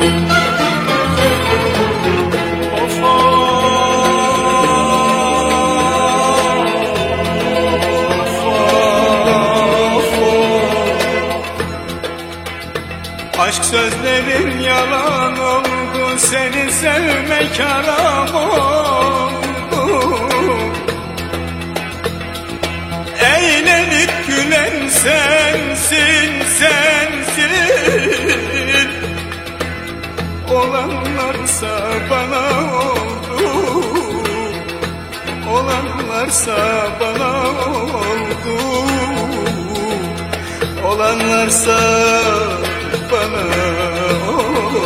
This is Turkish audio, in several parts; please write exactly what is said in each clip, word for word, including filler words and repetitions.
Aşk sözlerin yalan oldu, seni sevmek haram oldu. Eğlenip gülen sensin, sensin. Olanlarsa bana oldu, olanlarsa bana oldu, olanlarsa bana oldu.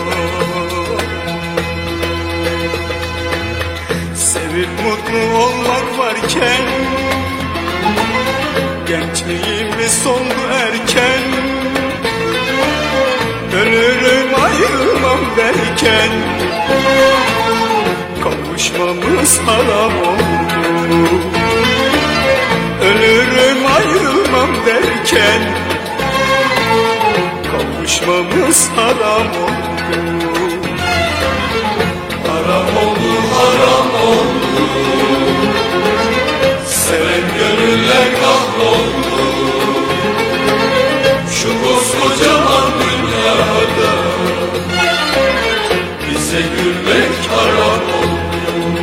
Sevip mutlu olmak varken gençliğimiz soldu erken. Ölürüm ayrılmam derken kavuşmamız haram oldu. Ölürüm ayrılmam derken kavuşmamız haram oldu. Haram oldu, haram oldu. Seven gönüller kahroldu. Şu koskocaman dünyada bize gülmek haram oldu.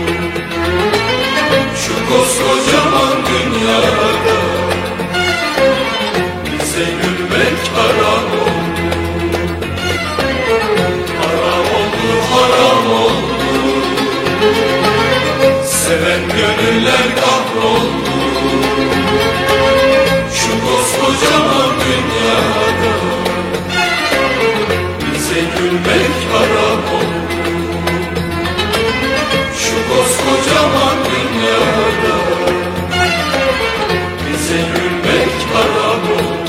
Şu koskocaman dünyada bize gülmek haram oldu. Haram oldu, haram oldu. Seven gönüller kahroldu. Şu koskocaman dünyada bize gülmek haram oldu. Şu koskocaman dünyada bize gülmek haram oldu.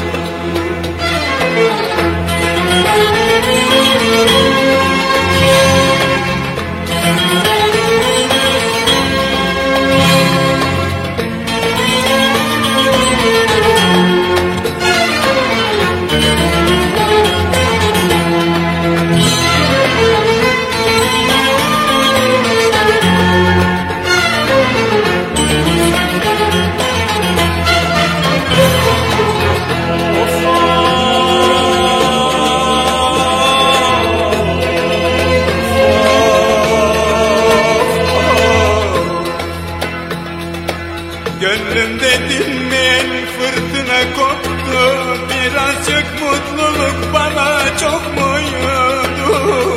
Gönlümde dinmeyen fırtına koptu. Birazcık mutluluk bana çok muydu?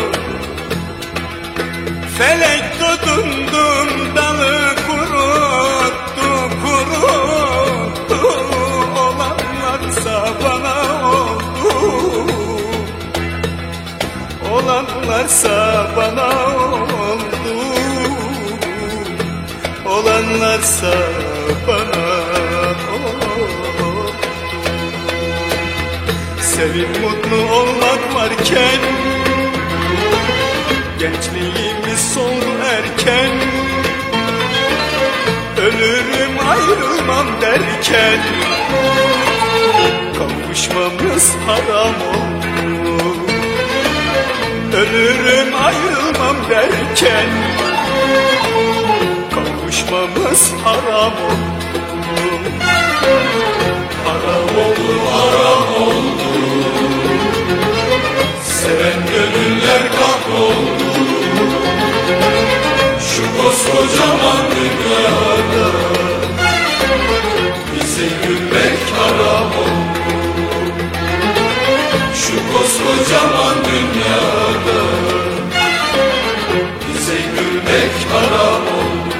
Felek tutundum, dalı kuruttu, kuruttu. Olanlarsa bana oldu, olanlarsa bana oldu, olanlarsa bana oldu. Sevip mutlu olmak varken gençliğimiz soldu erken. Ölürüm ayrılmam derken kavuşmamız haram oldu. Ölürüm ayrılmam derken kavuşmamız haram oldu. Haram oldu, haram oldu. Seven gönüller kahroldu. Şu koskocaman dünyada bize gülmek haram oldu. Şu koskocaman dünyada bize gülmek haram oldu.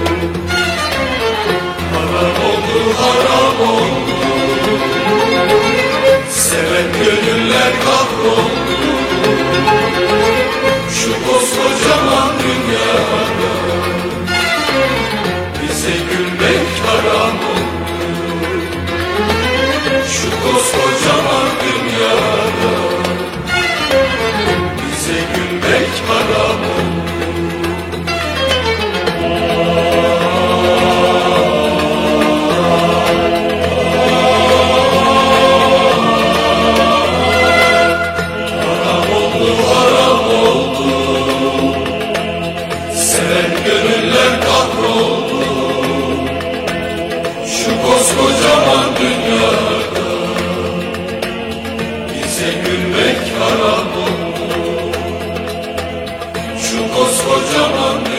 Haram oldu, haram oldu. Seven gönüller kahroldu. Şu koskocaman dünyada bize gülmek haram oldu. Şu koskocaman dünyada bize gülmek haram oldu. Haram oldu, haram oldu. Koskocaman